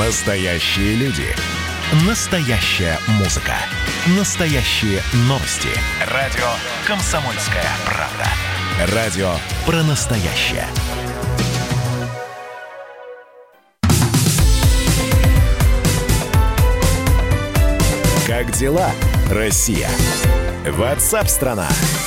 Настоящие люди. Настоящая музыка. Настоящие новости. Радио «Комсомольская правда». Радио про настоящее. Как дела, Россия? WhatsApp-страна.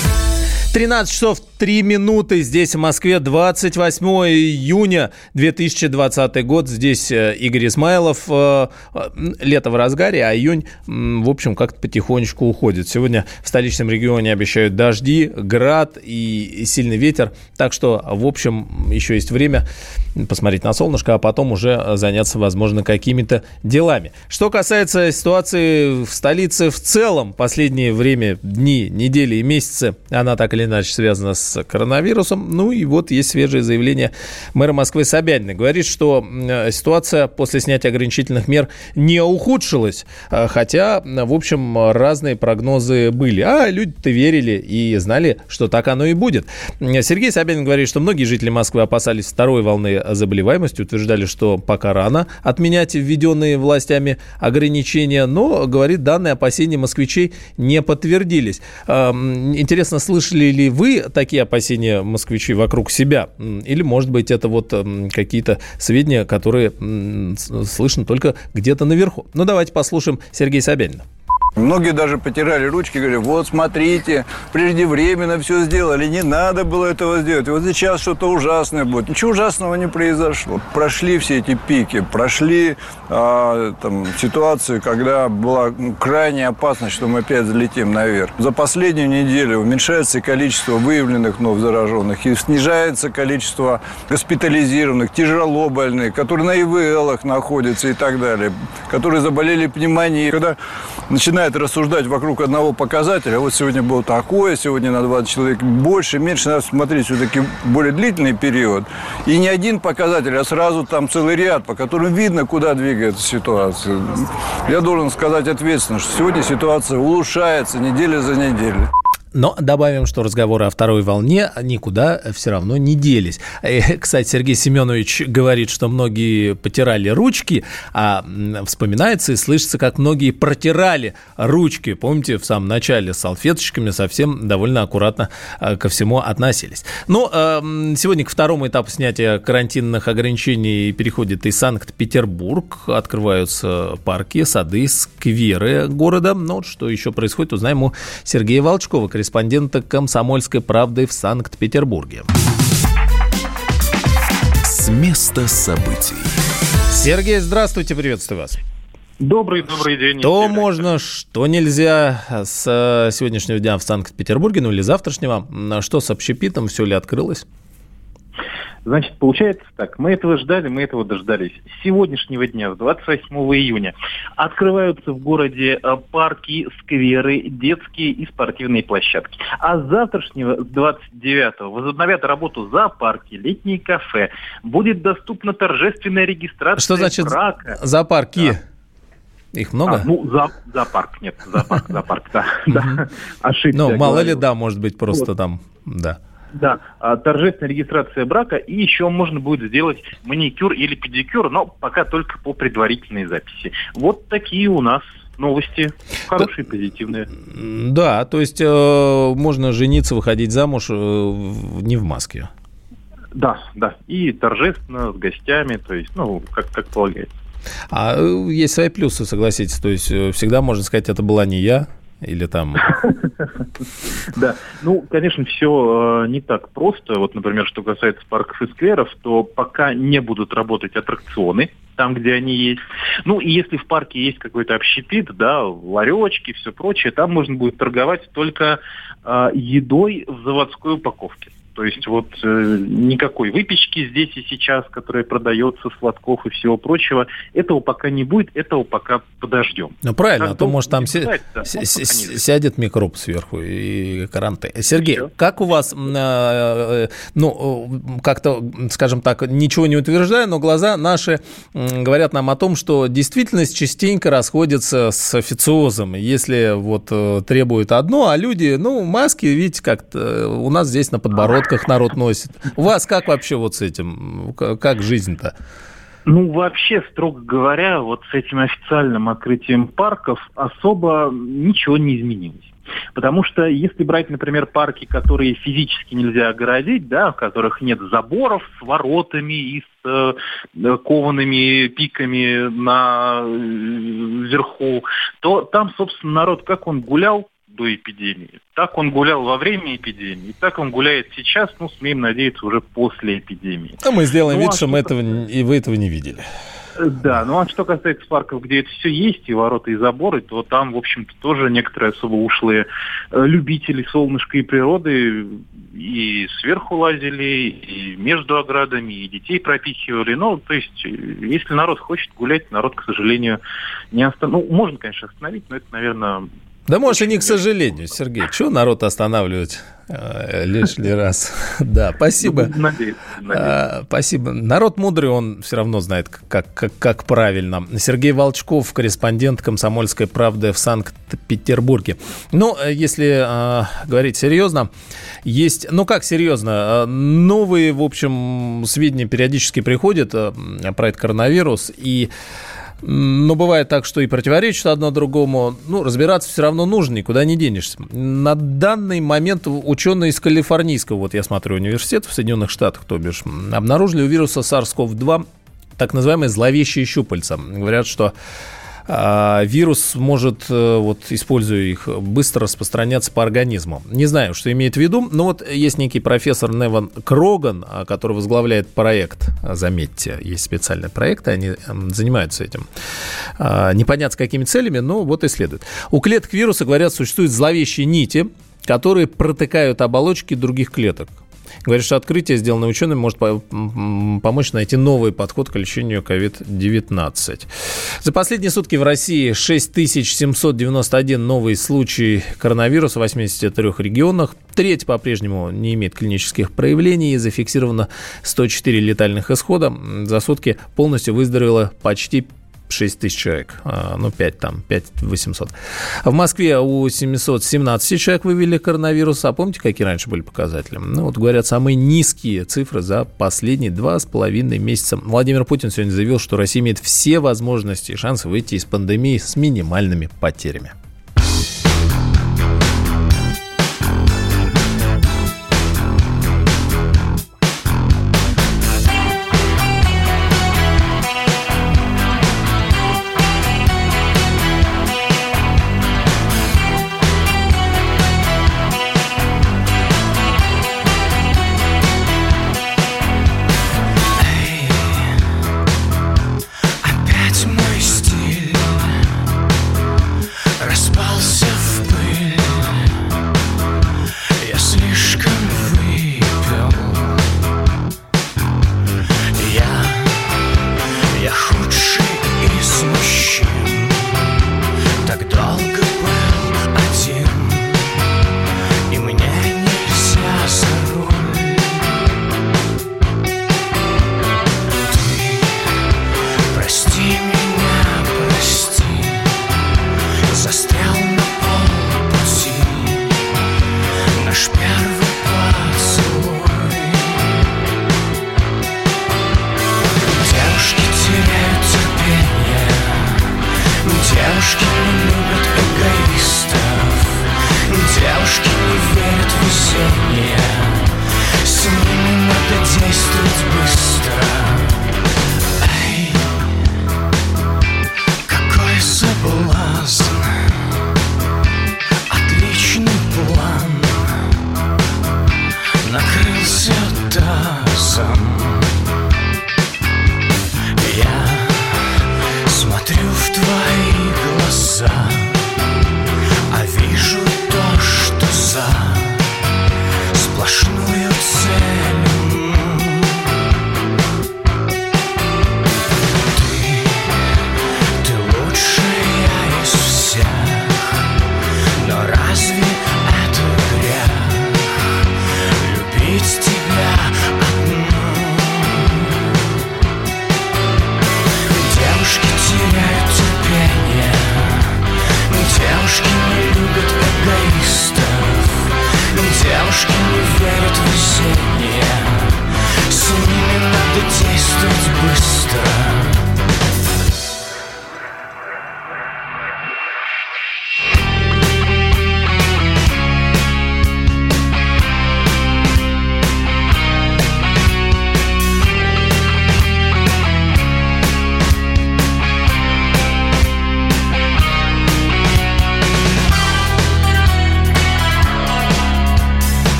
13 часов 3 минуты. Здесь, в Москве, 28 июня 2020 год. Здесь Игорь Измайлов. Лето в разгаре, а июнь, в общем, как-то потихонечку уходит. Сегодня в столичном регионе обещают дожди, град и сильный ветер. Так что, в общем, еще есть время посмотреть на солнышко, а потом уже заняться, возможно, какими-то делами. Что касается ситуации в столице в целом, последнее время, дни, недели и месяцы, она так или иначе связана с коронавирусом. Ну и вот есть свежее заявление мэра Москвы Собянина. Говорит, что ситуация после снятия ограничительных мер не ухудшилась, хотя, в общем, разные прогнозы были. А люди-то верили и знали, что так оно и будет. Сергей Собянин говорит, что многие жители Москвы опасались второй волны заболеваемости, утверждали, что пока рано отменять введенные властями ограничения, но, говорит, данные опасения москвичей не подтвердились. Интересно, слышали ли вы такие опасения москвичей вокруг себя? Или, может быть, это вот какие-то сведения, которые слышны только где-то наверху? Ну, давайте послушаем Сергея Собянина. Многие даже потирали ручки, говорили, вот смотрите, преждевременно все сделали, не надо было этого сделать. И вот сейчас что-то ужасное будет. Ничего ужасного не произошло. Прошли все эти пики, прошли ситуацию, когда была крайне опасность, что мы опять залетим наверх. За последнюю неделю уменьшается количество выявленных новых зараженных и снижается количество госпитализированных, тяжело больных, которые на ИВЛах находятся и так далее, которые заболели пневмонией. Когда начинает рассуждать вокруг одного показателя, вот сегодня было такое, сегодня на 20 человек больше, меньше, надо смотреть все-таки более длительный период. И не один показатель, а сразу там целый ряд, по которым видно, куда двигается ситуация. Я должен сказать ответственно, что сегодня ситуация улучшается неделя за неделей. Но добавим, что разговоры о второй волне никуда все равно не делись. Кстати, Сергей Семенович говорит, что многие потирали ручки, а вспоминается и слышится, как многие протирали ручки. Помните, в самом начале с салфеточками совсем довольно аккуратно ко всему относились. Ну, сегодня к второму этапу снятия карантинных ограничений переходит и Санкт-Петербург. Открываются парки, сады, скверы города. Ну, что еще происходит, узнаем у Сергея Волчкова, корреспондента «Комсомольской правды» в Санкт-Петербурге. С места событий. Сергей, здравствуйте, приветствую вас. Добрый день. Что можно, что нельзя с сегодняшнего дня в Санкт-Петербурге, ну или завтрашнего? Что с общепитом, все ли открылось? Значит, получается так, мы этого ждали, мы этого дождались. С сегодняшнего дня, с 28 июня, открываются в городе парки, скверы, детские и спортивные площадки. А с завтрашнего, с 29-го, возобновят работу зоопарки, летние кафе. Будет доступна торжественная регистрация. Что значит брака. Зоопарки? Да. Их много? Зоопарк, нет, зоопарк, да. Ошибся. Ну, мало ли, да, может быть, просто там, да. Да, торжественная регистрация брака, и еще можно будет сделать маникюр или педикюр, но пока только по предварительной записи. Вот такие у нас новости, хорошие, позитивные. Да, то есть можно жениться, выходить замуж не в маске. Да, и торжественно, с гостями, то есть, как полагается. А есть свои плюсы, согласитесь, то есть всегда можно сказать, это была не я. Или там... Да, конечно, все не так просто. Вот, например, что касается парков и скверов, то пока не будут работать аттракционы там, где они есть. Ну, и если в парке есть какой-то общепит, да, ларечки, все прочее, там можно будет торговать только едой в заводской упаковке. То есть вот никакой выпечки здесь и сейчас, которая продается, сладков и всего прочего, этого пока не будет, этого пока подождем. Ну, правильно, а то, может, там сядет микроб сверху и карантин. Сергей, как у вас, как-то, скажем так, ничего не утверждаю, но глаза наши говорят нам о том, что действительность частенько расходится с официозом. Если вот требует одно, а люди, маски, видите, как-то у нас здесь на подбородке народ носит. У вас как вообще вот с этим? Как жизнь-то? Ну, вообще, строго говоря, вот с этим официальным открытием парков особо ничего не изменилось. Потому что если брать, например, парки, которые физически нельзя огородить, да, в которых нет заборов с воротами и с коваными пиками наверху, то там, собственно, народ, как он гулял до эпидемии, так он гулял во время эпидемии, так он гуляет сейчас, ну, смеем надеяться, уже после эпидемии. А мы сделаем вид, что мы вы этого не видели. Да, ну а что касается парков, где это все есть, и ворота, и заборы, то там, в общем-то, тоже некоторые особо ушлые любители солнышка и природы и сверху лазили, и между оградами, и детей пропихивали. Ну, то есть, если народ хочет гулять, народ, к сожалению, не остановит. Ну, можно, конечно, остановить, но это, наверное... Да, может, и не к сожалению, Сергей. Чего народ останавливать лишний раз? Да, спасибо. Надеюсь. Спасибо. Народ мудрый, он все равно знает, как правильно. Сергей Волчков, корреспондент «Комсомольской правды» в Санкт-Петербурге. Ну, если говорить серьезно, есть... Ну, как серьезно? Новые, в общем, сведения периодически приходят про этот коронавирус, и... Но бывает так, что и противоречат одно другому. Ну, разбираться все равно нужно, никуда не денешься. На данный момент ученые из Калифорнийского, вот я смотрю, университета в Соединенных Штатах, то бишь, обнаружили у вируса SARS-CoV-2 так называемые зловещие щупальца. Говорят, что вирус может, вот, используя их, быстро распространяться по организму. Не знаю, что имеет в виду, но вот есть некий профессор Неван Кроган, который возглавляет проект, заметьте, есть специальные проекты, они занимаются этим. Непонятно с какими целями, но вот исследуют. У клеток вируса, говорят, существуют зловещие нити, которые протыкают оболочки других клеток. Говорят, что открытие, сделанное учеными, может помочь найти новый подход к лечению COVID-19. За последние сутки в России 6791 новый случай коронавируса в 83 регионах. Треть по-прежнему не имеет клинических проявлений. И зафиксировано 104 летальных исхода. За сутки полностью выздоровело почти 6 тысяч человек, ну, 5800. В Москве у 717 человек выявили коронавирус. А помните, какие раньше были показатели? Ну, вот, говорят, самые низкие цифры за последние 2,5 месяца. Владимир Путин сегодня заявил, что Россия имеет все возможности и шансы выйти из пандемии с минимальными потерями.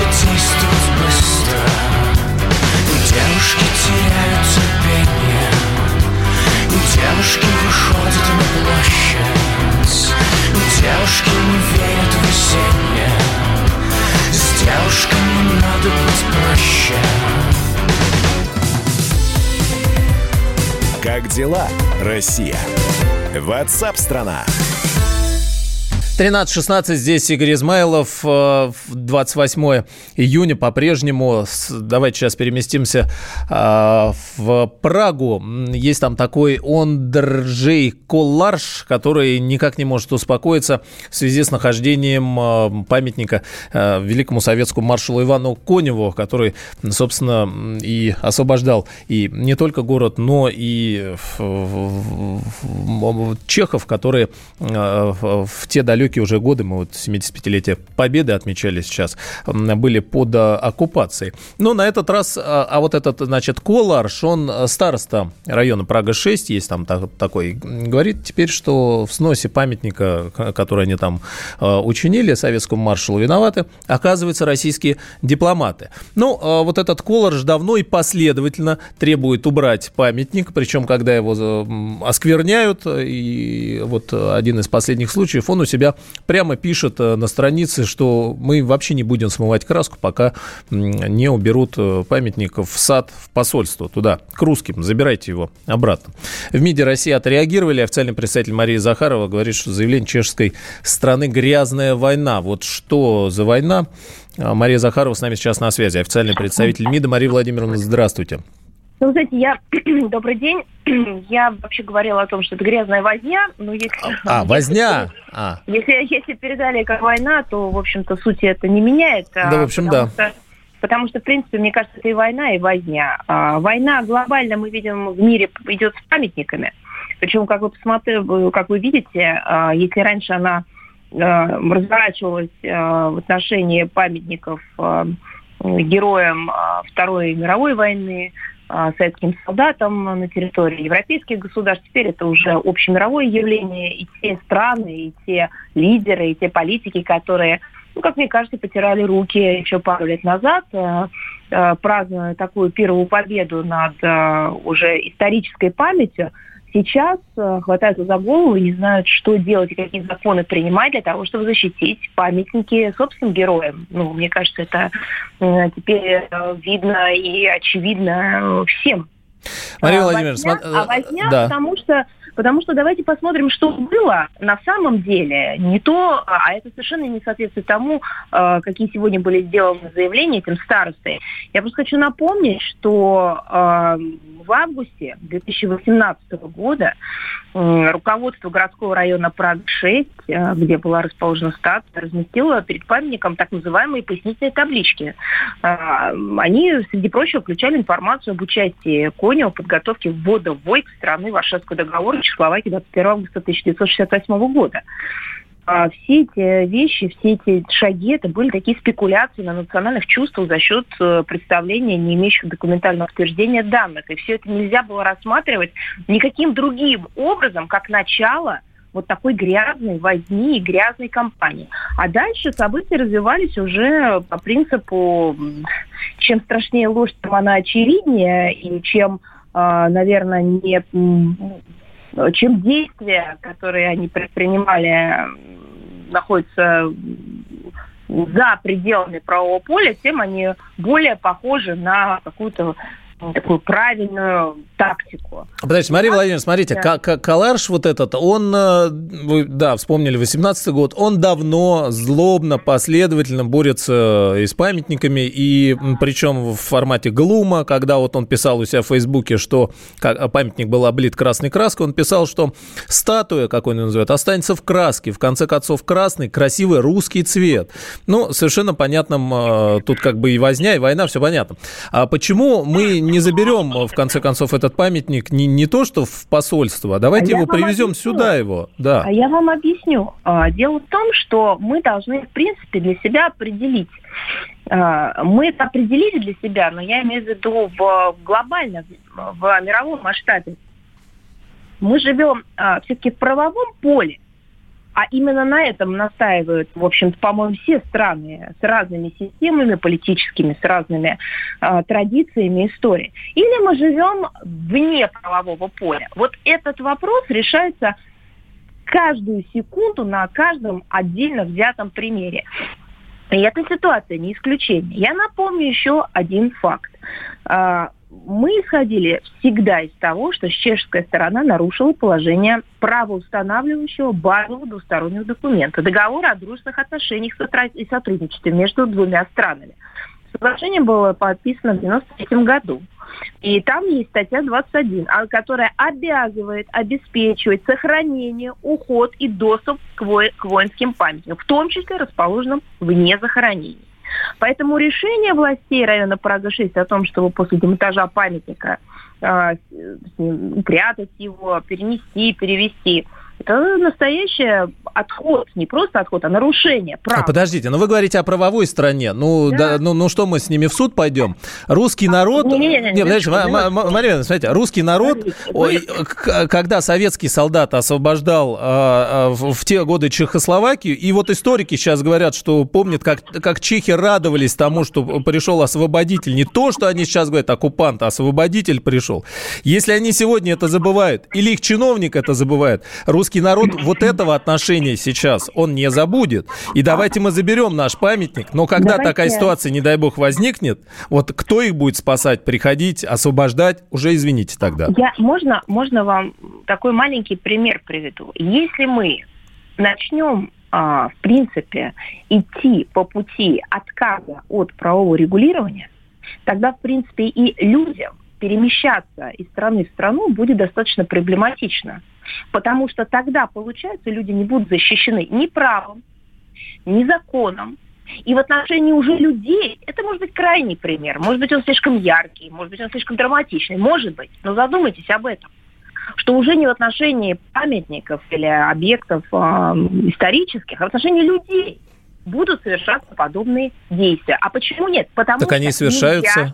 действовать быстро. Девушки теряют терпение, девушки выходят на площадь, девушки не верят в весеннее, с девушками надо быть проще. Как дела, Россия? WhatsApp-страна. 13:16, здесь Игорь Измайлов, 28 июня по-прежнему. Давайте сейчас переместимся в Прагу. Есть там такой Ондржей Колларш, который никак не может успокоиться в связи с нахождением памятника великому советскому маршалу Ивану Коневу, который, собственно, и освобождал и не только город, но и чехов, которые в те далекие уже годы, мы вот 75-летие Победы отмечали сейчас, были под оккупацией. Но на этот раз, вот этот, значит, Колларш, он староста района Прага-6, есть там такой, говорит теперь, что в сносе памятника, который они там учинили, советскому маршалу виноваты, оказывается, российские дипломаты. Ну, вот этот Колларш давно и последовательно требует убрать памятник, причем, когда его оскверняют, и вот один из последних случаев, он у себя прямо пишет на странице, что мы вообще не будем смывать краску, пока не уберут памятник в сад, в посольство, туда, к русским, забирайте его обратно. В МИДе России отреагировали. Официальный представитель Мария Захарова говорит, что заявление чешской страны «грязная война». Вот что за война? Мария Захарова с нами сейчас на связи. Официальный представитель МИДа. Мария Владимировна, здравствуйте. Ну, знаете, добрый день. Я вообще говорила о том, что это грязная возня, но если... возня! Если передали как война, то, в общем-то, сути это не меняет. Да, в общем, Потому что, в принципе, мне кажется, это и война, и возня. Война глобально, мы видим, в мире идет с памятниками. Причем, как вы видите, если раньше она разворачивалась в отношении памятников героям Второй мировой войны, советским солдатам на территории европейских государств. Теперь это уже общемировое явление. И те страны, и те лидеры, и те политики, которые, как мне кажется, потирали руки еще пару лет назад, празднуя такую первую победу над уже исторической памятью, сейчас хватаются за голову и не знают, что делать и какие законы принимать для того, чтобы защитить памятники собственным героям. Ну, мне кажется, это теперь видно и очевидно всем. Мария Владимировна, возня, да. Потому что давайте посмотрим, что было на самом деле. Не то, а это совершенно не соответствует тому, какие сегодня были сделаны заявления этим старостой. Я просто хочу напомнить, что в августе 2018 года руководство городского района Прага-6, где была расположена статуя, разместило перед памятником так называемые пояснительные таблички. Они, среди прочего, включали информацию об участии Конева в подготовке ввода в войск страны Варшавского договора Чехословакии 21 августа 1968 года. Все эти вещи, все эти шаги, это были такие спекуляции на национальных чувствах за счет представления, не имеющих документального подтверждения данных. И все это нельзя было рассматривать никаким другим образом, как начало вот такой грязной возни и грязной кампании. А дальше события развивались уже по принципу, чем страшнее ложь, тем она очевиднее, и чем, наверное, чем действия, которые они предпринимали, находятся за пределами правового поля, тем они более похожи на какую-то такую правильную тактику. Подождите, Мария Владимировна, смотрите, Колларш вот этот, он, вы, да, вспомнили 18-й год, он давно, злобно, последовательно борется и с памятниками, и причем в формате глума, когда вот он писал у себя в Фейсбуке, что памятник был облит красной краской, он писал, что статуя, как он ее называет, останется в краске, в конце концов красный, красивый русский цвет. Ну, совершенно понятно, тут как бы и возня, и война, все понятно. А почему мы не заберем, в конце концов, этот памятник не то, что в посольство, а давайте его привезем сюда его. Да. А я вам объясню. Дело в том, что мы должны, в принципе, для себя определить. Мы это определили для себя, но я имею в виду глобально, в мировом масштабе. Мы живем все-таки в правовом поле, А именно на этом настаивают, в общем-то, по-моему, все страны с разными системами политическими, с разными традициями истории. Или мы живем вне правового поля. Вот этот вопрос решается каждую секунду на каждом отдельно взятом примере. И эта ситуация не исключение. Я напомню еще один факт. Мы исходили всегда из того, что чешская сторона нарушила положение правоустанавливающего базового двустороннего документа, договора о дружественных отношениях и сотрудничестве между двумя странами. Соглашение было подписано в 1993 году. И там есть статья 21, которая обязывает обеспечивать сохранение, уход и доступ к воинским памятникам, в том числе расположенным вне захоронений. Поэтому решение властей района Прага-6 о том, чтобы после демонтажа памятника упрятать его, перенести, перевести, это настоящий отход, не просто отход, а нарушение прав. Подождите, вы говорите о правовой стране. Да. Что мы с ними в суд пойдем? Русский народ... Подождите, Мария, смотрите, русский народ, когда советский солдат освобождал в те годы Чехословакию, и вот историки сейчас говорят, что помнят, как чехи радовались тому, что пришел освободитель. Не то, что они сейчас говорят, оккупант, а освободитель пришел. Если они сегодня это забывают, или их чиновник это забывает, русский народ вот этого отношения сейчас он не забудет. И давайте мы заберем наш памятник. Но когда такая ситуация, не дай бог, возникнет, вот кто их будет спасать, приходить, освобождать, уже извините тогда. Можно вам такой маленький пример приведу. Если мы начнем, в принципе, идти по пути отказа от правового регулирования, тогда, в принципе, и людям перемещаться из страны в страну будет достаточно проблематично. Потому что тогда, получается, люди не будут защищены ни правом, ни законом. И в отношении уже людей, это может быть крайний пример, может быть, он слишком яркий, может быть, он слишком драматичный, может быть, но задумайтесь об этом, что уже не в отношении памятников или объектов исторических, а в отношении людей будут совершаться подобные действия. А почему нет? Потому так они и совершаются.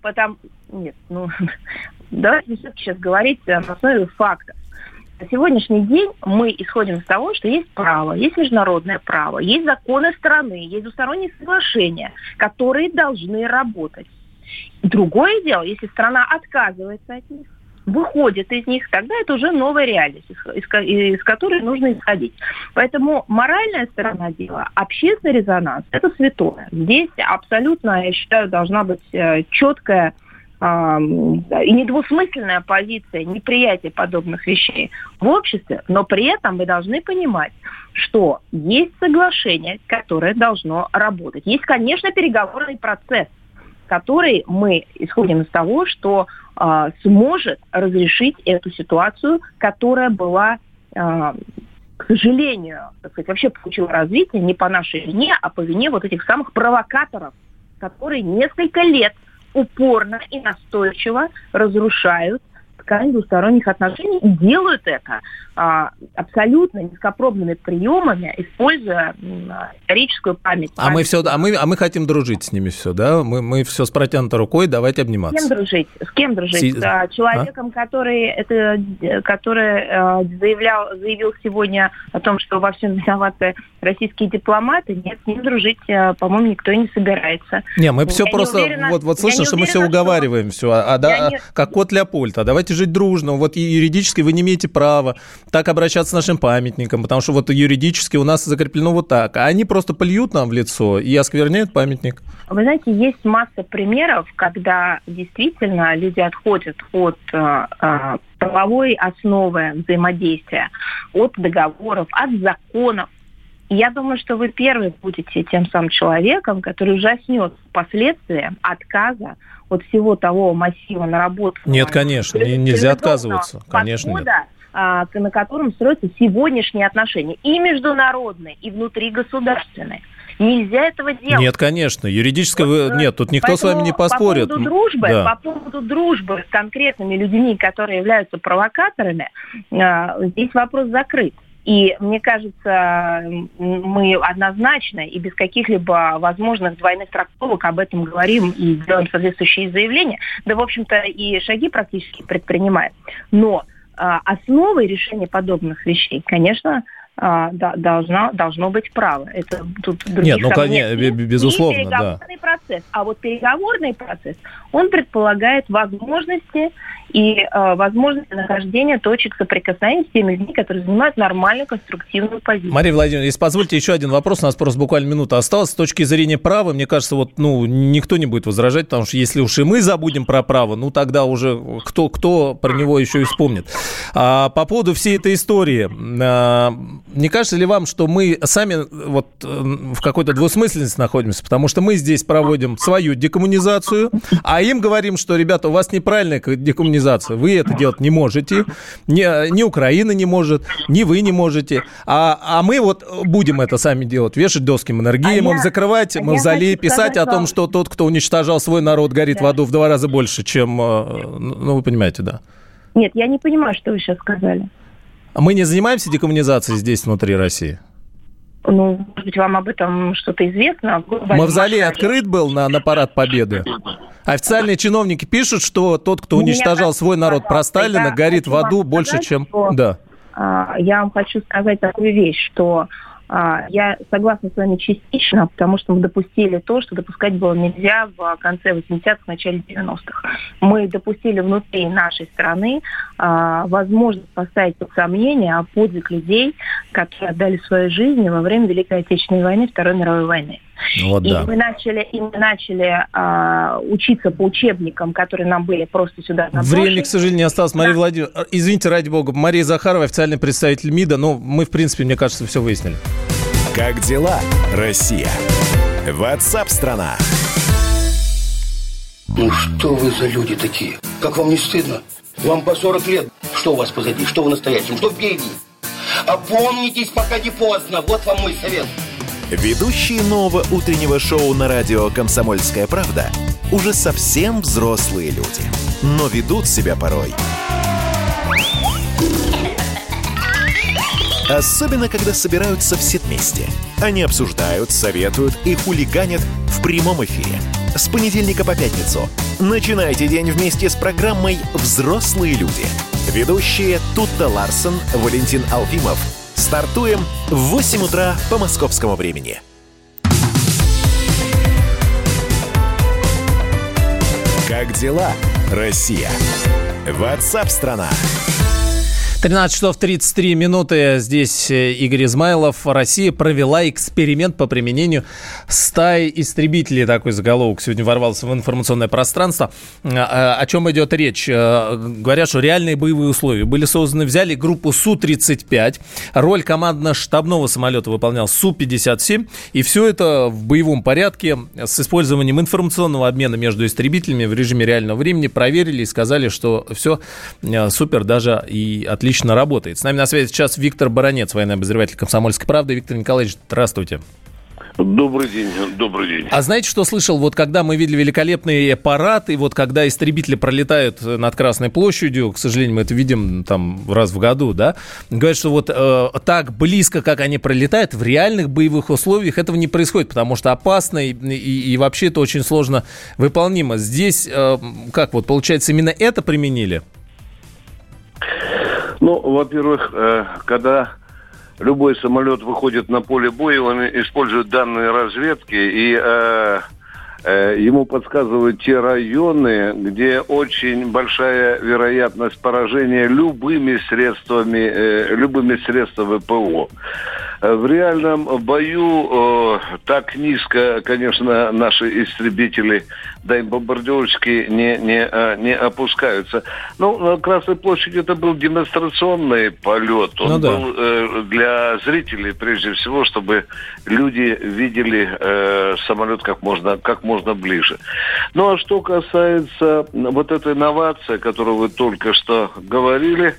Давайте все-таки сейчас говорить на основе фактов. На сегодняшний день мы исходим из того, что есть право, есть международное право, есть законы страны, есть двусторонние соглашения, которые должны работать. Другое дело, если страна отказывается от них, выходит из них, тогда это уже новая реальность, из которой нужно исходить. Поэтому моральная сторона дела, общественный резонанс – это святое. Здесь абсолютно, я считаю, должна быть четкая и недвусмысленная позиция неприятия подобных вещей в обществе, но при этом мы должны понимать, что есть соглашение, которое должно работать. Есть, конечно, переговорный процесс, который мы исходим из того, что сможет разрешить эту ситуацию, которая была, к сожалению, так сказать, вообще получила развитие не по нашей вине, а по вине вот этих самых провокаторов, которые несколько лет упорно и настойчиво разрушают ткань двусторонних отношений и делают это абсолютно низкопробными приемами, используя историческую память. А мы хотим дружить с ними все, да? Мы все с протянутой рукой, давайте обниматься. С кем дружить? С человеком, который заявил сегодня о том, что во всем виноваты российские дипломаты. Нет, с ним дружить, по-моему, никто и не собирается. Не, мы все просто, вот слышно, что мы все уговариваем, все, как кот Леопольд, а давайте жить дружно, вот юридически вы не имеете права так обращаться с нашим памятником, потому что вот юридически у нас закреплено вот так, а они просто плюют нам в лицо и оскверняют памятник. Вы знаете, есть масса примеров, когда действительно люди отходят от правовой основы взаимодействия, от договоров, от законов. И я думаю, что вы первый будете тем самым человеком, который ужаснет последствия отказа от всего того массива наработанного. Нет, конечно, нельзя отказываться. Конечно, нет. На котором строятся сегодняшние отношения, и международные, и внутригосударственные. Нельзя этого делать. Нет, конечно, юридического нет, тут никто с вами не поспорит. По поводу дружбы с конкретными людьми, которые являются провокаторами, здесь вопрос закрыт. И мне кажется, мы однозначно и без каких-либо возможных двойных трактовок об этом говорим и делаем соответствующие заявления, да, в общем-то, и шаги практически предпринимаем. Но основой решения подобных вещей, конечно, должно быть право. Это тут нет, ну, конечно, безусловно, переговорный процесс. А вот переговорный процесс, он предполагает возможности и возможность нахождения точек соприкосновения с теми людьми, которые занимают нормальную конструктивную позицию. Мария Владимировна, если позвольте, еще один вопрос. У нас просто буквально минута осталась. С точки зрения права, мне кажется, никто не будет возражать, потому что если уж и мы забудем про право, тогда уже кто про него еще и вспомнит. По поводу всей этой истории, не кажется ли вам, что мы сами в какой-то двусмысленности находимся, потому что мы здесь проводим свою декоммунизацию, а им говорим, что, ребята, у вас неправильная декоммунизация, вы это делать не можете, ни Украина не может, ни вы не можете, а мы будем это сами делать, вешать доски Маннергеймом, закрывать мавзолей, писать о том, что тот, кто уничтожал свой народ, горит в аду в 2 раза больше, чем, вы понимаете, да? Нет, я не понимаю, что вы сейчас сказали. Мы не занимаемся декоммунизацией здесь, внутри России? Может быть, вам об этом что-то известно? Мавзолей открыт был на Парад Победы? Официальные чиновники пишут, что тот, кто уничтожал свой народ про Сталина, горит в аду больше, чем... Да. Я вам хочу сказать такую вещь, что я согласна с вами частично, потому что мы допустили то, что допускать было нельзя в конце 80-х, начале 90-х. Мы допустили внутри нашей страны возможность поставить под сомнение подвиг людей, которые отдали свои жизни во время Великой Отечественной войны, Второй мировой войны. Мы начали учиться по учебникам, которые нам были просто сюда наброшены. Времени, к сожалению, не осталось. Мария Владимировна, извините, ради бога, Мария Захарова, официальный представитель МИДа, мы, в принципе, мне кажется, все выяснили. Как дела, Россия? WhatsApp-страна. Ну что вы за люди такие? Как вам не стыдно? Вам по 40 лет. Что у вас позади? Что в настоящем? Что впереди? Опомнитесь, пока не поздно. Вот вам мой совет. Ведущие нового утреннего шоу на радио «Комсомольская правда» уже совсем взрослые люди, но ведут себя порой. Особенно, когда собираются все вместе. Они обсуждают, советуют и хулиганят в прямом эфире. С понедельника по пятницу. Начинайте день вместе с программой «Взрослые люди». Ведущие Тутта Ларсон, Валентин Алфимов. Стартуем в 8 утра по московскому времени. Как дела, Россия? WhatsApp-страна. 13 часов 33 минуты. Здесь Игорь Измайлов. Россия провела эксперимент по применению стаи истребителей. Такой заголовок сегодня ворвался в информационное пространство. О чем идет речь? Говорят, что реальные боевые условия были созданы. Взяли группу Су-35. Роль командно-штабного самолета выполнял Су-57. И все это в боевом порядке с использованием информационного обмена между истребителями в режиме реального времени проверили и сказали, что все супер, даже и отлично работает. С нами на связи сейчас Виктор Баранец, военный обозреватель «Комсомольской правды». Виктор Николаевич, здравствуйте. Добрый день, добрый день. А знаете, что слышал? Когда мы видели великолепный парад, и когда истребители пролетают над Красной площадью, к сожалению, мы это видим раз в году, да? Говорят, что так близко, как они пролетают, в реальных боевых условиях этого не происходит, потому что опасно и вообще это очень сложно выполнимо. Здесь, получается, именно это применили? Во-первых, когда любой самолет выходит на поле боя, он использует данные разведки, и ему подсказывают те районы, где очень большая вероятность поражения любыми средствами ПВО. В реальном бою так низко, конечно, наши истребители, да и бомбардировщики не опускаются. На Красной площади это был демонстрационный полет. Он был для зрителей, прежде всего, чтобы люди видели самолет как можно ближе. А что касается этой инновации, о которой вы только что говорили,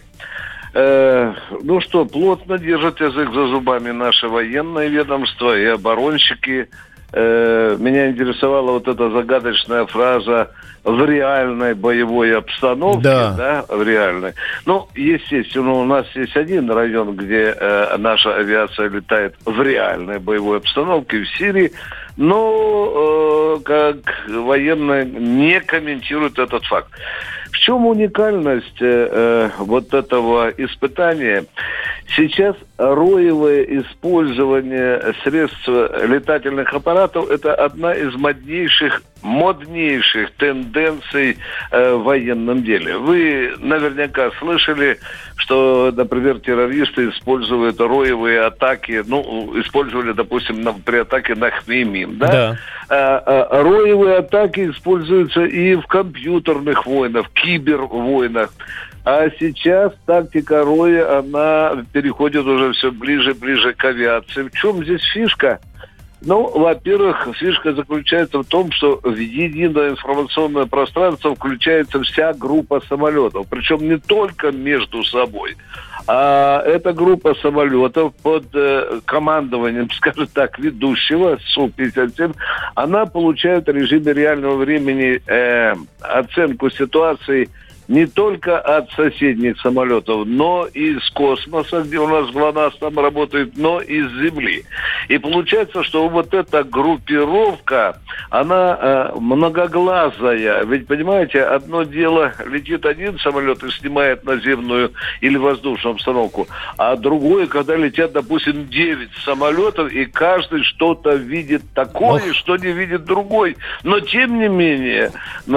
плотно держат язык за зубами наши военные ведомства и оборонщики. Меня интересовала эта загадочная фраза «в реальной боевой обстановке». Да, в реальной. Естественно, у нас есть один район, где наша авиация летает в реальной боевой обстановке, в Сирии. Но как военные не комментируют этот факт. В чем уникальность этого испытания? Сейчас роевое использование средств летательных аппаратов – это одна из моднейших тенденций в военном деле. Вы наверняка слышали, что, например, террористы используют роевые атаки, использовали, допустим, при атаке на Хмеймим, да? Роевые атаки используются и в компьютерных войнах, в кибервойнах. А сейчас тактика роя, она переходит уже все ближе и ближе к авиации. В чем здесь фишка? Во-первых, фишка заключается в том, что в единое информационное пространство включается вся группа самолетов. Причем не только между собой, а эта группа самолетов под командованием, скажем так, ведущего Су-57, она получает в режиме реального времени оценку ситуации не только от соседних самолетов, но и с космоса, где у нас ГЛОНАСС там работает, но и с Земли. И получается, что вот эта группировка, она многоглазая. Ведь, понимаете, одно дело, летит один самолет и снимает наземную или воздушную обстановку, а другое, когда летят, допустим, 9 самолетов, и каждый что-то видит такое, что не видит другой. Но, тем не менее,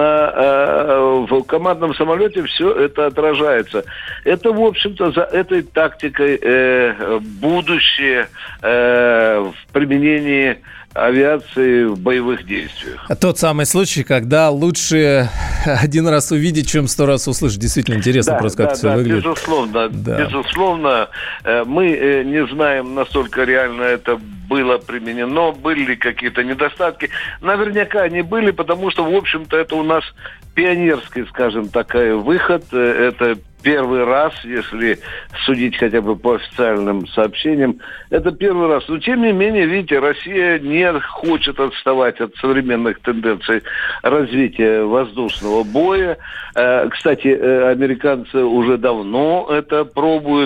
в командном самолете все это отражается. Это, в общем-то, за этой тактикой будущее в применении авиации в боевых действиях. Тот самый случай, когда лучше один раз увидеть, чем 100 раз услышать. Действительно интересно как все выглядит. Безусловно. Мы не знаем, насколько реально это было применено, были ли какие-то недостатки. Наверняка они были, потому что, в общем-то, это у нас пионерский, скажем, такой выход. Это первый раз, если судить хотя бы по официальным сообщениям, это первый раз. Но, тем не менее, видите, Россия не хочет отставать от современных тенденций развития воздушного боя. Кстати, американцы уже давно это пробуют.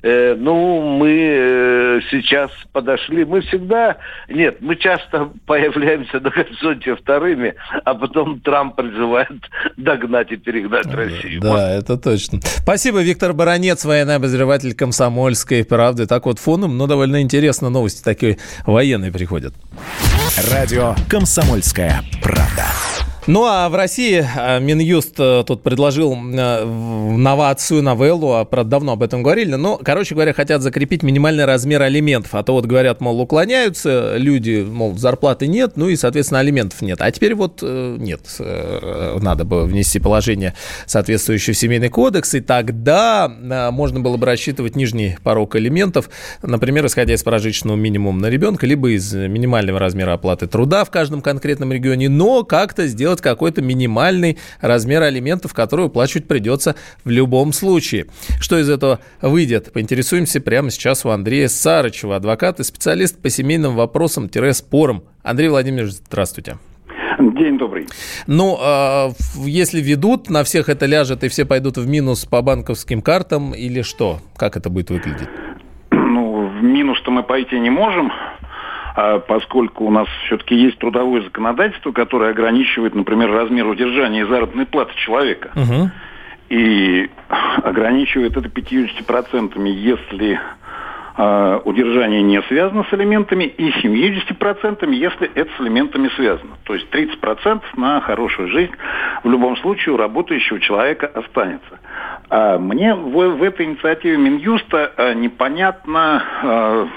Мы сейчас подошли. Мы часто появляемся на горизонте вторыми, а потом Трамп призывает догнать и перегнать Россию. Да, это точно. Спасибо, Виктор Баранец, военный обозреватель «Комсомольской правды». Так вот, фоном, но довольно интересно, новости такие военные приходят. Радио «Комсомольская правда». Ну, а в России Минюст тут предложил новеллу, правда, давно об этом говорили, но, короче говоря, хотят закрепить минимальный размер алиментов. А то вот говорят, мол, уклоняются люди, мол, зарплаты нет, ну и, соответственно, алиментов нет. А теперь вот нет, надо бы внести положение, соответствующее в Семейный кодекс, и тогда можно было бы рассчитывать нижний порог алиментов, например, исходя из прожиточного минимума на ребенка, либо из минимального размера оплаты труда в каждом конкретном регионе, но как-то сделать какой-то минимальный размер алиментов, который уплачивать придется в любом случае. Что из этого выйдет? Поинтересуемся прямо сейчас у Андрея Сарычева, адвоката и специалист по семейным вопросам-спорам. Андрей Владимирович, здравствуйте. День добрый. Ну, если ведут, на всех это ляжет, и все пойдут в минус по банковским картам, или что? Как это будет выглядеть? Ну, в минус-то мы пойти не можем, поскольку у нас все-таки есть трудовое законодательство, которое ограничивает, например, размер удержания и заработной платы человека. Угу. И ограничивает это 50%, если удержание не связано с алиментами, и 70%, если это с алиментами связано. То есть 30% на хорошую жизнь в любом случае у работающего человека останется. А мне в этой инициативе Минюста непонятно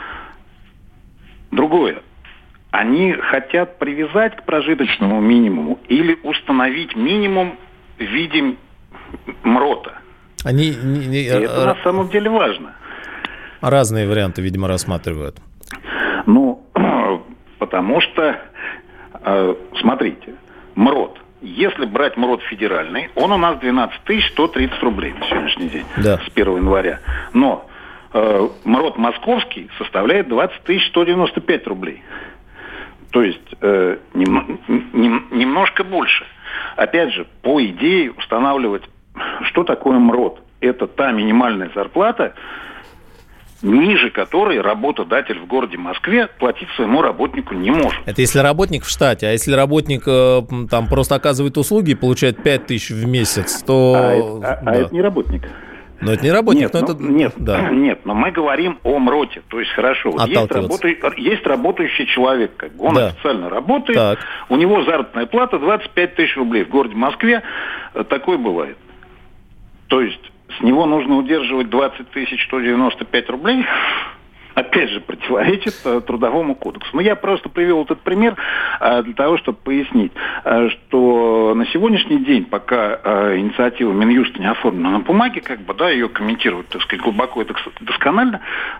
другое. Они хотят привязать к прожиточному минимуму или установить минимум в виде МРОТа. Это на самом деле важно. Разные варианты, видимо, рассматривают. Ну, потому что, смотрите, МРОТ. Если брать МРОТ федеральный, он у нас 12 130 рублей на сегодняшний день, да, с 1 января. Но МРОТ московский составляет 20 195 рублей. То есть немножко больше. Опять же, по идее устанавливать, что такое МРОТ. Это та минимальная зарплата, ниже которой работодатель в городе Москве платить своему работнику не может. Это если работник в штате, а если работник там просто оказывает услуги и получает 5 тысяч в месяц, то... А это не работник. Но это не работник. Нет, но мы говорим о МРОТе. То есть, хорошо, вот есть работающий человек, как бы, он официально работает, так. У него заработная плата 25 тысяч рублей. В городе Москве такое бывает. То есть, с него нужно удерживать 20 195 рублей. Опять же, противоречит Трудовому кодексу. Но я просто привел этот пример для того, чтобы пояснить, что на сегодняшний день, пока инициатива Минюста не оформлена на бумаге, как бы, да, ее комментировать, так сказать, глубоко и досконально,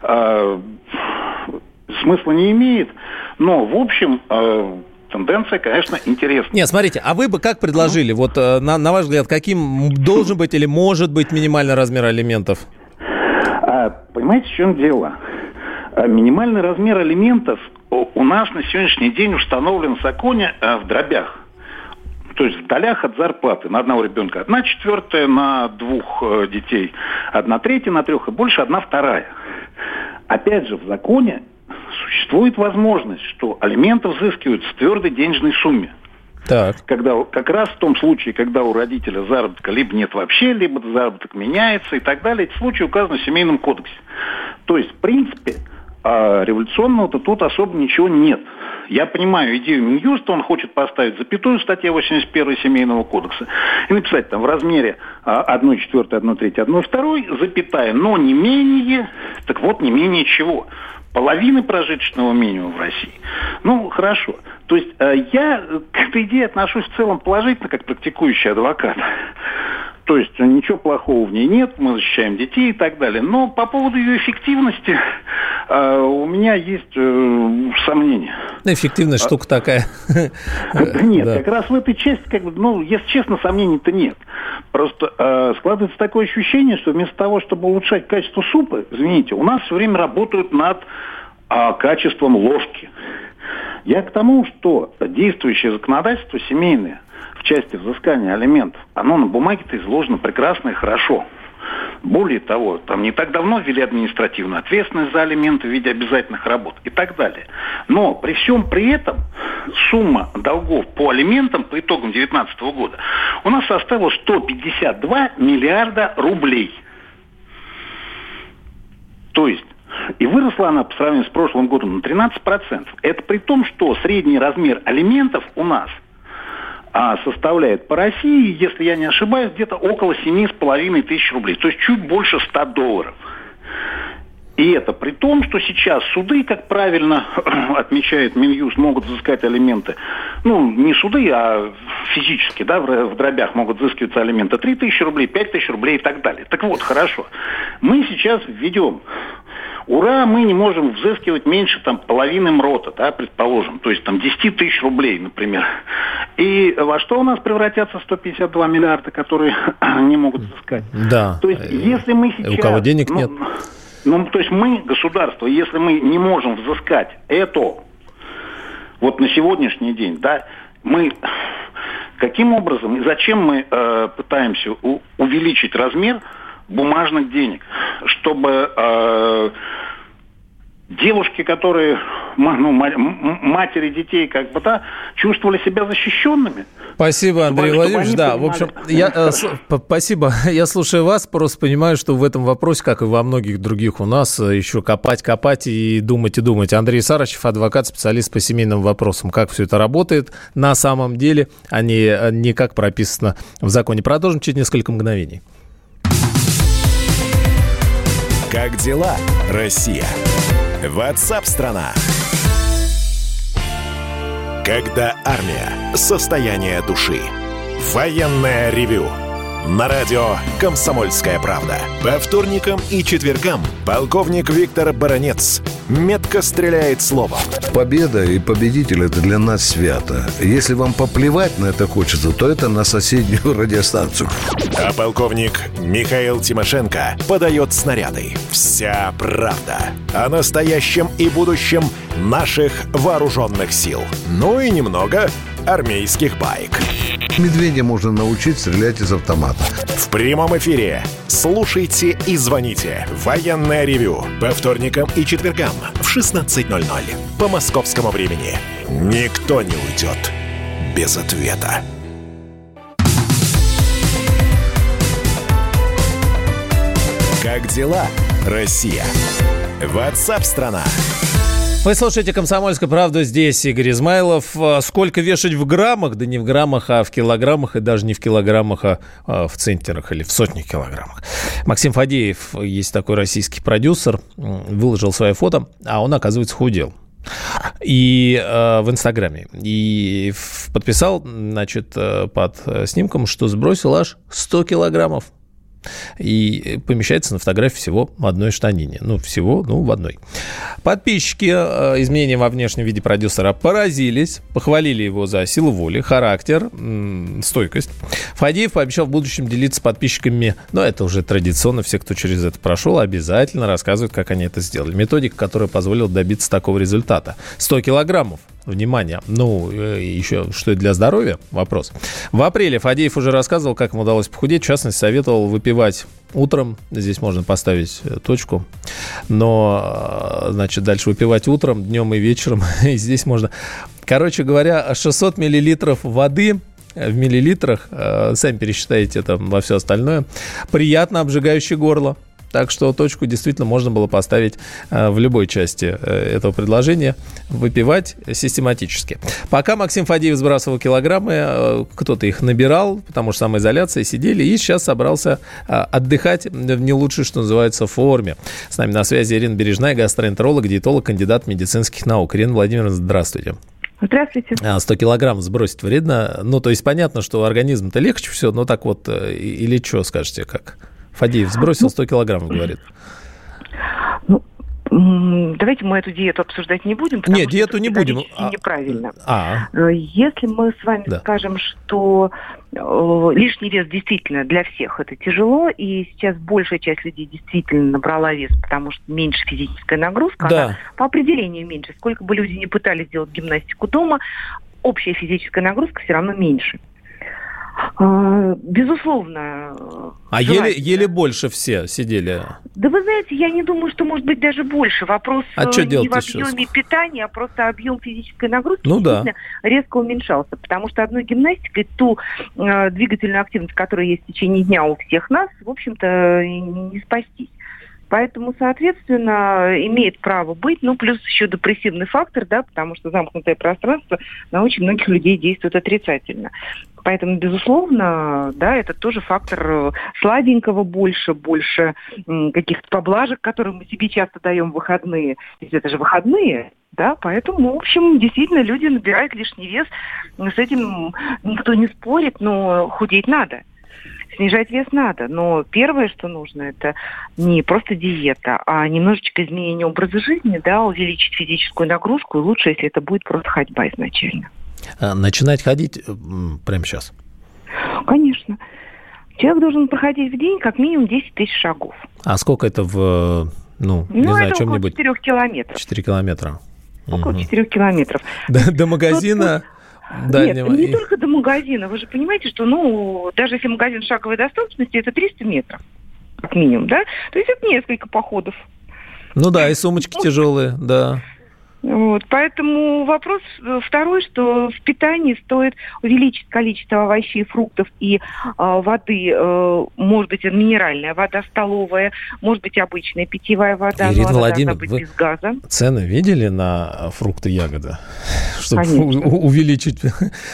смысла не имеет. Но, в общем, тенденция, конечно, интересная. Нет, смотрите, а вы бы как предложили, вот на ваш взгляд, каким должен быть или может быть минимальный размер алиментов? Понимаете, в чем дело? Минимальный размер алиментов у нас на сегодняшний день установлен в законе в дробях. То есть в долях от зарплаты. На одного ребенка 1/4, на 2 детей 1/3, на 3 и больше 1/2. Опять же, в законе существует возможность, что алименты взыскиваются в твердой денежной сумме. Так. Когда, как раз в том случае, когда у родителя заработка либо нет вообще, либо заработок меняется и так далее, эти случаи указаны в Семейном кодексе. То есть, в принципе, революционного-то тут особо ничего нет. Я понимаю идею Минюста, он хочет поставить запятую в статье 81 Семейного кодекса и написать там в размере 1/4, 1/3, 1/2, запятая, но не менее, так вот, не менее чего? Половины прожиточного минимума в России. Ну, хорошо. То есть я к этой идее отношусь в целом положительно, как практикующий адвокат. То есть ничего плохого в ней нет, мы защищаем детей и так далее. Но по поводу ее эффективности у меня есть сомнения. Эффективность штука такая. Нет, как раз в этой части, если честно, сомнений-то нет. Просто складывается такое ощущение, что вместо того, чтобы улучшать качество супа, извините, у нас все время работают над качеством ложки. Я к тому, что действующее законодательство семейное в части взыскания алиментов, оно на бумаге-то изложено прекрасно и хорошо. Более того, там не так давно ввели административную ответственность за алименты в виде обязательных работ и так далее. Но при всем при этом сумма долгов по алиментам по итогам 2019 года у нас составила 152 миллиарда рублей. То есть, и выросла она по сравнению с прошлым годом на 13%. Это при том, что средний размер алиментов у нас составляет по России, если я не ошибаюсь, где-то около 7,5 тысяч рублей. То есть чуть больше $100. И это при том, что сейчас суды, как правильно отмечает Минюст, могут взыскать алименты. Ну, не суды, а физически, да, в дробях могут взыскиваться алименты 3 тысячи рублей, 5 тысяч рублей и так далее. Так вот, хорошо. Мы сейчас введем. Ура, мы не можем взыскивать меньше половины МРОТа, да, предположим, то есть 10 тысяч рублей, например. И во что у нас превратятся 152 миллиарда, которые не могут взыскать? Да. То есть, если мы сейчас... У кого денег нет. То есть мы, государство, если мы не можем взыскать это вот на сегодняшний день, да, мы каким образом и зачем мы пытаемся увеличить размер бумажных денег, чтобы девушки, которые, матери детей, чувствовали себя защищенными. Спасибо, Андрей Владимирович. Да, в общем, спасибо. Я слушаю вас, просто понимаю, что в этом вопросе, как и во многих других у нас, еще копать и думать. Андрей Сарычев, адвокат, специалист по семейным вопросам. Как все это работает на самом деле, а не как прописано в законе. Продолжим через несколько мгновений. Как дела, Россия? WhatsApp-страна. Когда армия. Состояние души. Военное ревю. На радио «Комсомольская правда». По вторникам и четвергам полковник Виктор Баранец метко стреляет словом. Победа и победитель – это для нас свято. Если вам поплевать на это хочется, то это на соседнюю радиостанцию. А полковник Михаил Тимошенко подает снаряды. Вся правда о настоящем и будущем наших вооруженных сил. Ну и немного армейских баек. Медведя можно научить стрелять из автомата. В прямом эфире слушайте и звоните. Военное ревю по вторникам и четвергам в 16:00 по московскому времени. Никто не уйдет без ответа. Как дела, Россия? WhatsApp-страна. Вы слушаете «Комсомольскую правду», здесь Игорь Измайлов. Сколько вешать в граммах? Да не в граммах, а в килограммах, и даже не в килограммах, а в центнерах или в сотнях килограммах. Максим Фадеев, есть такой российский продюсер, выложил свое фото, а он, оказывается, худел. И в Инстаграме. И подписал, значит, под снимком, что сбросил аж 100 килограммов. И помещается на фотографии всего в одной штанине. В одной. Подписчики изменениям во внешнем виде продюсера поразились, похвалили его за силу воли, характер, стойкость. Фадеев пообещал в будущем делиться с подписчиками, но это уже традиционно, все, кто через это прошел, обязательно рассказывают, как они это сделали. Методика, которая позволила добиться такого результата. 100 килограммов. Внимание. Еще, что это для здоровья? Вопрос. В апреле Фадеев уже рассказывал, как ему удалось похудеть. В частности, советовал выпивать утром. Здесь можно поставить точку. Но, значит, дальше выпивать утром, днем и вечером. И здесь можно... Короче говоря, 600 миллилитров воды... В миллилитрах, сами пересчитаете это во все остальное, приятно обжигающее горло. Так что точку действительно можно было поставить в любой части этого предложения, выпивать систематически. Пока Максим Фадеев сбрасывал килограммы, кто-то их набирал, потому что самоизоляция, сидели, и сейчас собрался отдыхать в не лучшей, что называется, форме. С нами на связи Ирина Бережная, гастроэнтеролог, диетолог, кандидат медицинских наук. Ирина Владимировна, здравствуйте. Здравствуйте. 100 килограмм сбросить вредно. То есть понятно, что организм-то легче все, но так вот, или что скажете, как? Фадеев сбросил 100 килограммов, говорит. Давайте мы эту диету обсуждать не будем, потому что диету это не будем. Неправильно. Если мы с вами скажем, что лишний вес действительно для всех это тяжело, и сейчас большая часть людей действительно набрала вес, потому что меньше физическая нагрузка, она по определению меньше. Сколько бы люди ни пытались делать гимнастику дома, общая физическая нагрузка все равно меньше. Безусловно. Еле больше все сидели? Да вы знаете, я не думаю, что может быть даже больше. Вопрос не в объеме питания, а просто объем физической нагрузки резко уменьшался. Потому что одной гимнастикой ту двигательную активность, которая есть в течение дня у всех нас, в общем-то, не спастись. Поэтому, соответственно, имеет право быть, плюс еще депрессивный фактор, потому что замкнутое пространство на очень многих людей действует отрицательно. Поэтому, безусловно, это тоже фактор сладенького больше каких-то поблажек, которые мы себе часто даем в выходные. Ведь это же выходные, поэтому, в общем, действительно люди набирают лишний вес. С этим никто не спорит, но худеть надо. Снижать вес надо, но первое, что нужно, это не просто диета, а немножечко изменение образа жизни, увеличить физическую нагрузку, и лучше, если это будет просто ходьба изначально. Начинать ходить прямо сейчас? Конечно. Человек должен проходить в день как минимум 10 тысяч шагов. А сколько это в, не знаю, это чем-нибудь? 4 километров. 4 километра. Около 4 километров. До магазина... Нет, не только до магазина. Вы же понимаете, что, даже если магазин шаговой доступности, это 300 метров, как минимум, То есть это несколько походов. И сумочки тяжелые, Поэтому вопрос второй, что в питании стоит увеличить количество овощей и фруктов и воды, может быть, минеральная вода столовая, может быть, обычная питьевая вода, Ирина но она Владимировна, должна быть без газа. Цены видели на фрукты и ягоды? Чтобы Конечно. Увеличить...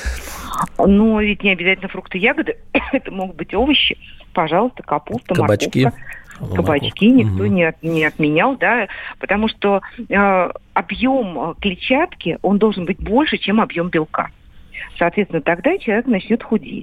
Но ведь не обязательно фрукты и ягоды, это могут быть овощи, пожалуйста, капуста, кабачки. Морковка. Кабачки никто не отменял, потому что объем клетчатки, он должен быть больше, чем объем белка. Соответственно, тогда человек начнет худеть.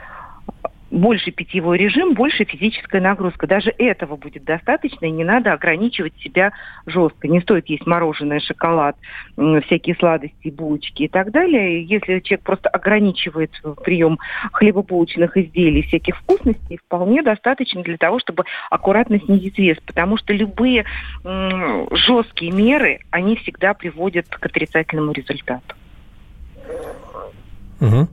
Больше питьевой режим, больше физическая нагрузка. Даже этого будет достаточно, и не надо ограничивать себя жестко. Не стоит есть мороженое, шоколад, всякие сладости, булочки и так далее. Если человек просто ограничивает прием хлебобулочных изделий, всяких вкусностей, вполне достаточно для того, чтобы аккуратно снизить вес. Потому что любые жесткие меры, они всегда приводят к отрицательному результату. Угу.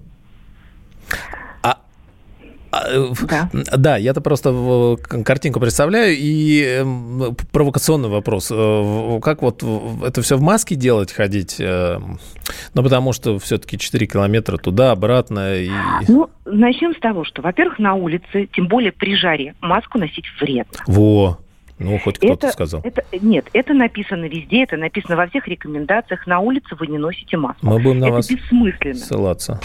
Да, я-то просто картинку представляю, и провокационный вопрос. Как вот это все в маске делать, ходить? Ну, потому что все-таки 4 километра туда, обратно. И... Ну, начнем с того, что, во-первых, на улице, тем более при жаре, маску носить вредно. Во! Ну, хоть кто-то сказал. Нет, это написано везде, это написано во всех рекомендациях. На улице вы не носите маску. Мы будем на вас бессмысленно ссылаться.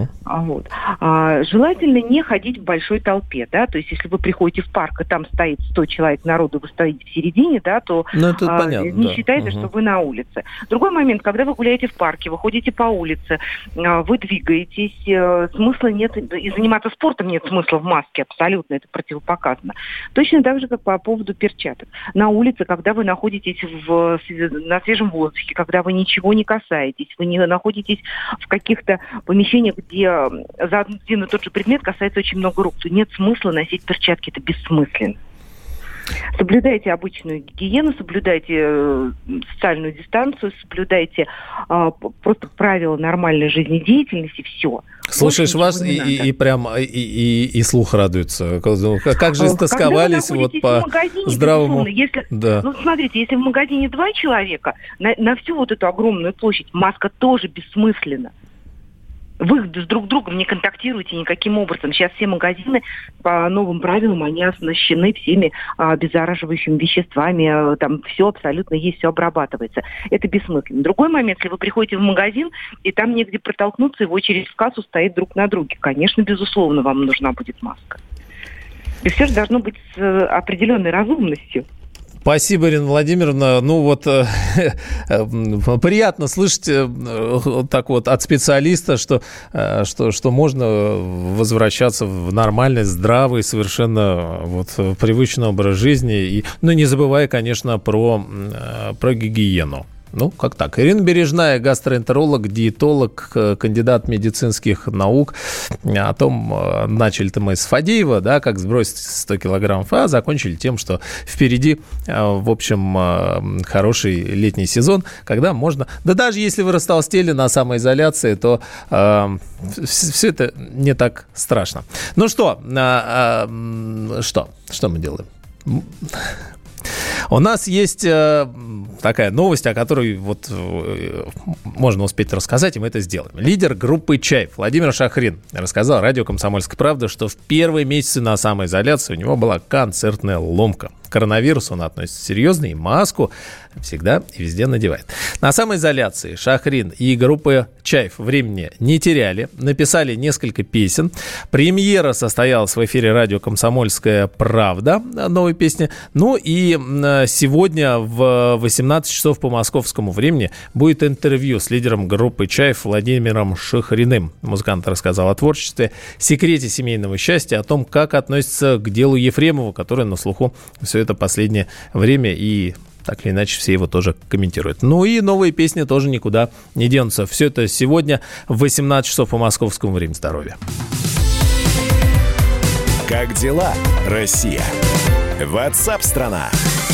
Желательно не ходить в большой толпе, да, то есть если вы приходите в парк, и там стоит 100 человек народу, вы стоите в середине, да, то понятно, не считайте, что вы на улице. Другой момент, когда вы гуляете в парке, вы ходите по улице, вы двигаетесь, смысла нет, и заниматься спортом нет смысла в маске, абсолютно, это противопоказано. Точно так же, как по поводу перчаток. На улице, когда вы находитесь на свежем воздухе, когда вы ничего не касаетесь, вы не находитесь в каких-то помещениях, где за один и тот же предмет касается очень много рук, то нет смысла носить перчатки, это бессмысленно. Соблюдайте обычную гигиену, соблюдайте социальную дистанцию, соблюдайте просто правила нормальной жизнедеятельности, все. Слушаешь вас и прям и слух радуется. Как же истосковались вот по здравому... Ну, смотрите, если в магазине 2 человека, на всю вот эту огромную площадь маска тоже бессмысленна. Вы друг с другом не контактируете никаким образом. Сейчас все магазины по новым правилам, они оснащены всеми обеззараживающими веществами. Там все абсолютно есть, все обрабатывается. Это бессмысленно. Другой момент, если вы приходите в магазин, и там негде протолкнуться, и в очередь в кассу стоит друг на друге. Конечно, безусловно, вам нужна будет маска. И все же должно быть с определенной разумностью. Спасибо, Ирина Владимировна. Ну вот приятно слышать так вот от специалиста, что можно возвращаться в нормальный, здравый, совершенно вот привычный образ жизни. Ну, не забывая, конечно, про гигиену. Ну, как так? Ирина Бережная, гастроэнтеролог, диетолог, кандидат медицинских наук. О том, начали-то мы с Фадеева, да, как сбросить 100 килограммов, а закончили тем, что впереди, в общем, хороший летний сезон, когда можно... Да даже если вы растолстели на самоизоляции, то все это не так страшно. Ну что мы делаем? У нас есть такая новость, о которой вот можно успеть рассказать, и мы это сделаем. Лидер группы «Чайф» Владимир Шахрин рассказал радио «Комсомольская правда», что в первые месяцы на самоизоляции у него была концертная ломка. К коронавирусу он относится серьезно и маску всегда и везде надевает. На самоизоляции Шахрин и группа «Чайф» времени не теряли, написали несколько песен. Премьера состоялась в эфире радио «Комсомольская правда» новой песни. Ну и сегодня в 18 часов по московскому времени будет интервью с лидером группы «Чайф» Владимиром Шахриным. Музыкант рассказал о творчестве, секрете семейного счастья, о том, как относится к делу Ефремова, которое на слуху все это последнее время, и так или иначе все его тоже комментируют. Ну и новые песни тоже никуда не денутся. Все это сегодня в 18 часов по московскому времени. Здоровья. Как дела, Россия? WhatsApp-страна.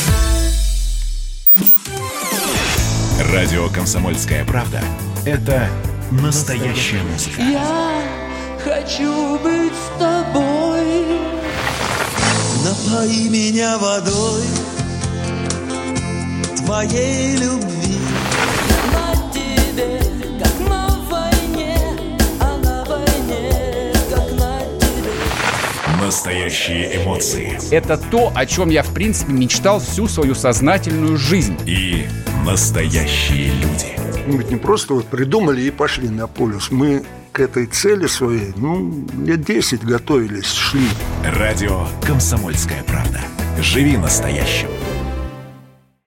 Радио «Комсомольская правда» — это настоящая музыка. Я хочу быть с тобой. Напои меня водой твоей любви. На тебе, как на войне, а на войне, как на тебе. Настоящие эмоции. Это то, о чем я, в принципе, мечтал всю свою сознательную жизнь. И настоящие люди. Мы ведь не просто вот придумали и пошли на полюс. Мы к этой цели своей, лет 10 готовились, шли. Радио «Комсомольская правда». Живи настоящим.